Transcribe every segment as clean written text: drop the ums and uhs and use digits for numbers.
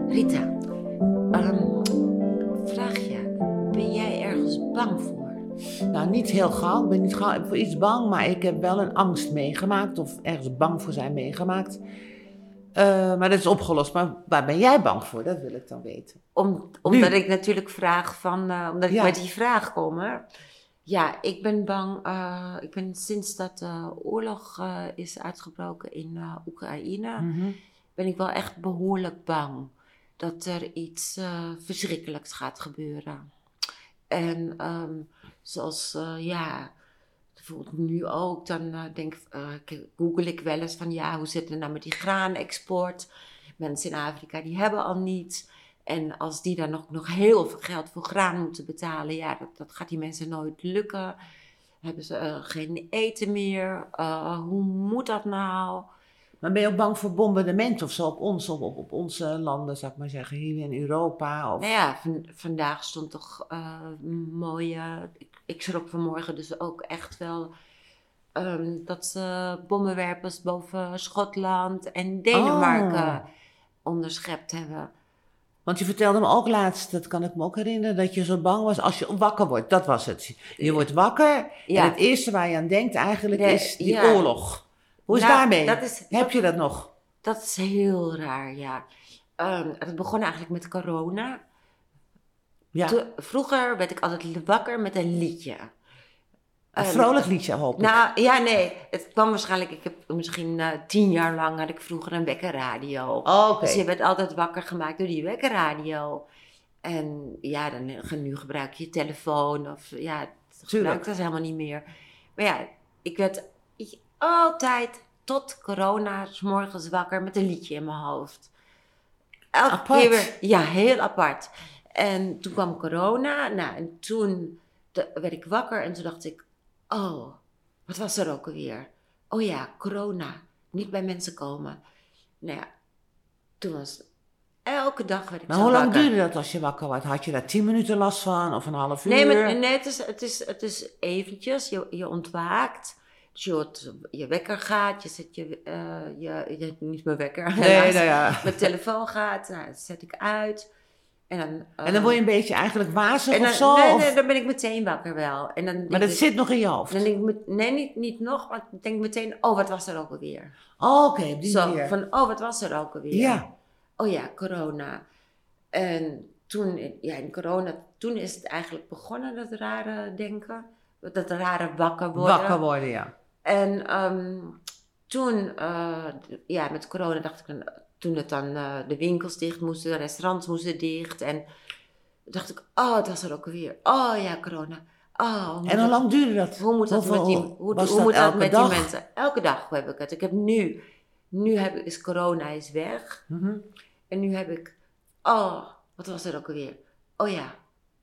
Rita, vraag je, ben jij ergens bang voor? Nou, niet heel gauw. Ik ben niet gauw voor iets bang, maar ik heb wel een angst meegemaakt. Of ergens bang voor zijn meegemaakt. Maar dat is opgelost. Maar waar ben jij bang voor? Dat wil ik dan weten. Omdat ik natuurlijk vraag omdat ik met die vraag kom. Hè? Ja, ik ben bang. Ik ben sinds dat de oorlog is uitgebroken in Oekraïne, ben ik wel echt behoorlijk bang dat er iets verschrikkelijks gaat gebeuren. En zoals, bijvoorbeeld nu ook, dan google ik wel eens van, hoe zit het nou met die graanexport? Mensen in Afrika, die hebben al niets. En als die dan nog heel veel geld voor graan moeten betalen, dat gaat die mensen nooit lukken. Hebben ze geen eten meer? Hoe moet dat nou? Maar ben je ook bang voor bombardement of zo op onze landen, zou ik maar zeggen, hier in Europa? Of... Nou ja, vandaag stond toch mooie... Ik schrok vanmorgen dus ook echt wel dat ze bommenwerpers boven Schotland en Denemarken onderschept hebben. Want je vertelde me ook laatst, dat kan ik me ook herinneren, dat je zo bang was als je wakker wordt. Dat was het. Je wordt wakker en het eerste waar je aan denkt eigenlijk is die oorlog. Hoe is daarmee? Heb je dat nog? Dat is heel raar, ja. Het begon eigenlijk met corona. Ja. Vroeger werd ik altijd wakker met een liedje. Een vrolijk liedje, hoop ik. Nou, ja, nee. Het kwam waarschijnlijk... Ik heb misschien 10 jaar lang had ik vroeger een wekkerradio. Okay. Dus je werd altijd wakker gemaakt door die wekkerradio. En ja, nu gebruik je telefoon. Of ja, gebruik dat helemaal niet meer. Maar ja, ik werd altijd tot corona 's morgens wakker met een liedje in mijn hoofd. Elke keer weer, ja, heel apart. En toen kwam corona. Nou, en toen werd ik wakker en toen dacht ik... Oh, wat was er ook alweer? Oh ja, corona. Niet bij mensen komen. Nou ja, toen was... Elke dag werd ik maar zo hoe lang wakker. duurde dat als je wakker werd? Had je daar 10 minuten last van of een half uur? Nee, het is eventjes. Je ontwaakt. Dus je wekker gaat. Je zet je niet mijn wekker. Nee, nou ja. Mijn telefoon gaat. Nou, dat zet ik uit. En dan word je een beetje eigenlijk wazig of zo? Nee, dan ben ik meteen wakker wel. En dan maar dat zit nog in je hoofd? Dan denk ik, niet nog, maar ik denk meteen, wat was er ook alweer? Oké, op die manier. Van, wat was er ook alweer? Ja. Oh ja, corona. En toen, in corona, toen is het eigenlijk begonnen, dat rare denken. Dat rare wakker worden. Wakker worden, ja. En toen, met corona dacht ik... Toen het dan de winkels dicht moesten, de restaurants moesten dicht. En dacht ik, het was er ook alweer. Oh ja, corona. En hoe lang duurde dat? Hoe moet dat met die mensen? Elke dag heb ik het. Ik heb nu is corona is weg. Mm-hmm. En nu heb ik, wat was er ook alweer? Oh ja,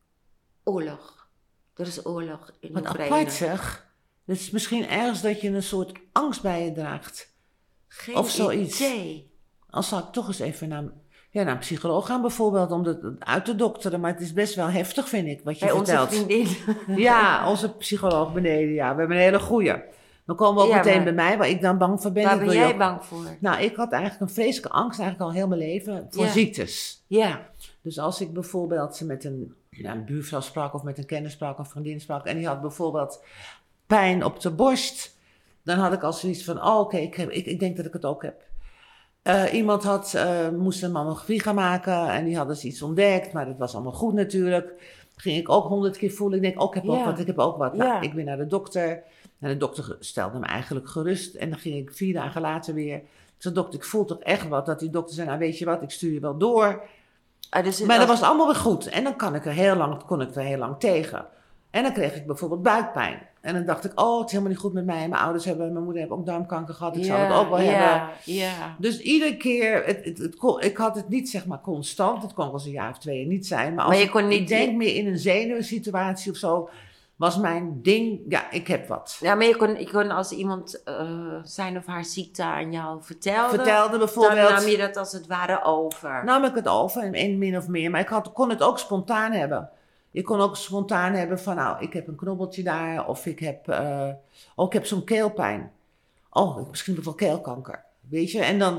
oorlog. Er is oorlog in Oekraïne. Wat apart zeg. Het is misschien ergens dat je een soort angst bij je draagt. Geen of zoiets. idee. Als zou ik toch eens even naar een psycholoog gaan bijvoorbeeld, om dat uit te dokteren. Maar het is best wel heftig, vind ik, wat je vertelt. Onze vriendin. Ja, onze psycholoog beneden, ja. We hebben een hele goeie. Dan komen we ook meteen bij mij, waar ik dan bang voor ben. Waar ben jij bang voor? Nou, ik had eigenlijk een vreselijke angst, eigenlijk al heel mijn leven, voor ziektes. Ja. Dus als ik bijvoorbeeld met een buurvrouw sprak, of met een kennis sprak, of vriendin sprak, en die had bijvoorbeeld pijn op de borst, dan had ik al zoiets van, ik denk dat ik het ook heb. Iemand moest een mammografie gaan maken en die hadden ze iets ontdekt, maar dat was allemaal goed natuurlijk. Ging ik ook 100 keer voelen. Ik denk, ik heb ook wat. Nou, ik ben naar de dokter en de dokter stelde me eigenlijk gerust. En dan ging ik 4 dagen later weer. Ik zei, dokter, ik voel toch echt wat. Dat die dokter zei, nou weet je wat, ik stuur je wel door. Maar dat was allemaal weer goed. En dan kon ik er heel lang tegen. En dan kreeg ik bijvoorbeeld buikpijn. En dan dacht ik, het is helemaal niet goed met mij. Mijn moeder heeft ook darmkanker gehad. Ik zou het ook wel hebben. Ja. Dus iedere keer, ik had het niet zeg maar constant. Het kon wel eens een jaar of 2 niet zijn. Maar als ik denk meer in een zenuwsituatie of zo, was mijn ding, ik heb wat. Ja, maar je kon als iemand zijn of haar ziekte aan jou vertelde bijvoorbeeld, dan nam je dat als het ware over. Nam ik het over, en min of meer. Maar ik kon het ook spontaan hebben. Je kon ook spontaan hebben van, ik heb een knobbeltje daar. Of ik heb zo'n keelpijn. Misschien heb ik wel keelkanker. Weet je? En dan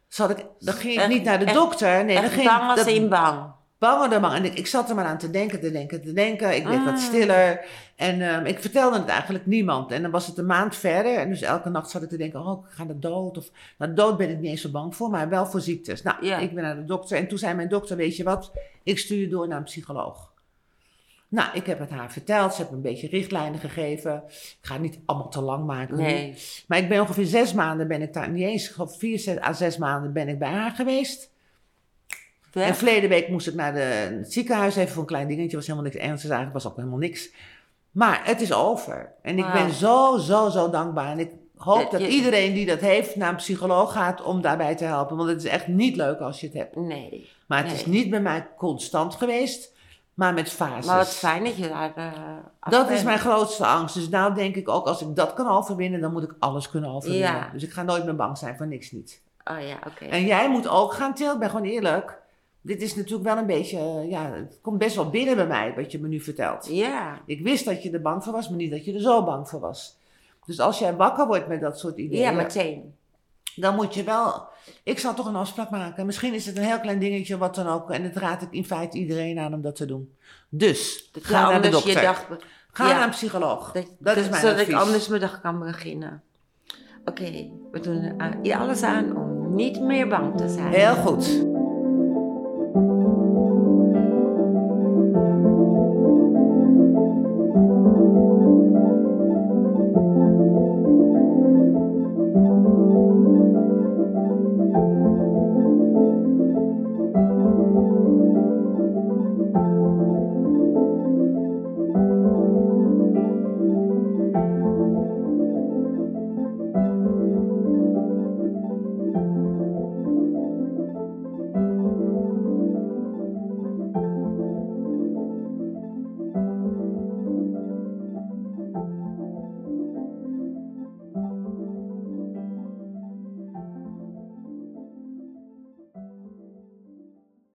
Dan ging ik niet naar de dokter. Nee, dan ging bang als in bang. Banger dan bang. En ik zat er maar aan te denken. Ik werd wat stiller. En ik vertelde het eigenlijk niemand. En dan was het een maand verder. En dus elke nacht zat ik te denken, ik ga naar dood. Of, nou, dood ben ik niet eens zo bang voor, maar wel voor ziektes. Nou, ik ben naar de dokter. En toen zei mijn dokter, weet je wat? Ik stuur je door naar een psycholoog. Nou, ik heb het haar verteld. Ze heeft me een beetje richtlijnen gegeven. Ik ga het niet allemaal te lang maken. Nee. Nu. Maar ik ben ongeveer 6 maanden ben ik daar, niet eens, 4 à 6 maanden ben ik bij haar geweest. En verleden week moest ik naar het ziekenhuis even voor een klein dingetje. Was helemaal niks ernstigs eigenlijk, was ook helemaal niks. Maar het is over. En ik ben zo dankbaar. En ik hoop dat iedereen die dat heeft naar een psycholoog gaat om daarbij te helpen. Want het is echt niet leuk als je het hebt. Nee. Maar het is niet bij mij constant geweest, maar met fases. Maar wat fijn dat je daar dat is mijn grootste angst. Dus nou denk ik ook, als ik dat kan overwinnen, dan moet ik alles kunnen overwinnen. Ja. Dus ik ga nooit meer bang zijn voor niks niet. Oh ja, oké. En jij moet ook gaan, Til, ik ben gewoon eerlijk. Dit is natuurlijk wel een beetje, het komt best wel binnen bij mij, wat je me nu vertelt. Ja. Ik wist dat je er bang voor was, maar niet dat je er zo bang voor was. Dus als jij wakker wordt met dat soort ideeën. Ja, meteen. Dan moet je wel, ik zal toch een afspraak maken. Misschien is het een heel klein dingetje, wat dan ook. En dat raad ik in feite iedereen aan om dat te doen. Dus, ga naar de dokter. Ga naar een psycholoog. Dat is mijn advies. Zodat ik anders mijn dag kan beginnen. Oké, we doen er alles aan om niet meer bang te zijn. Heel goed.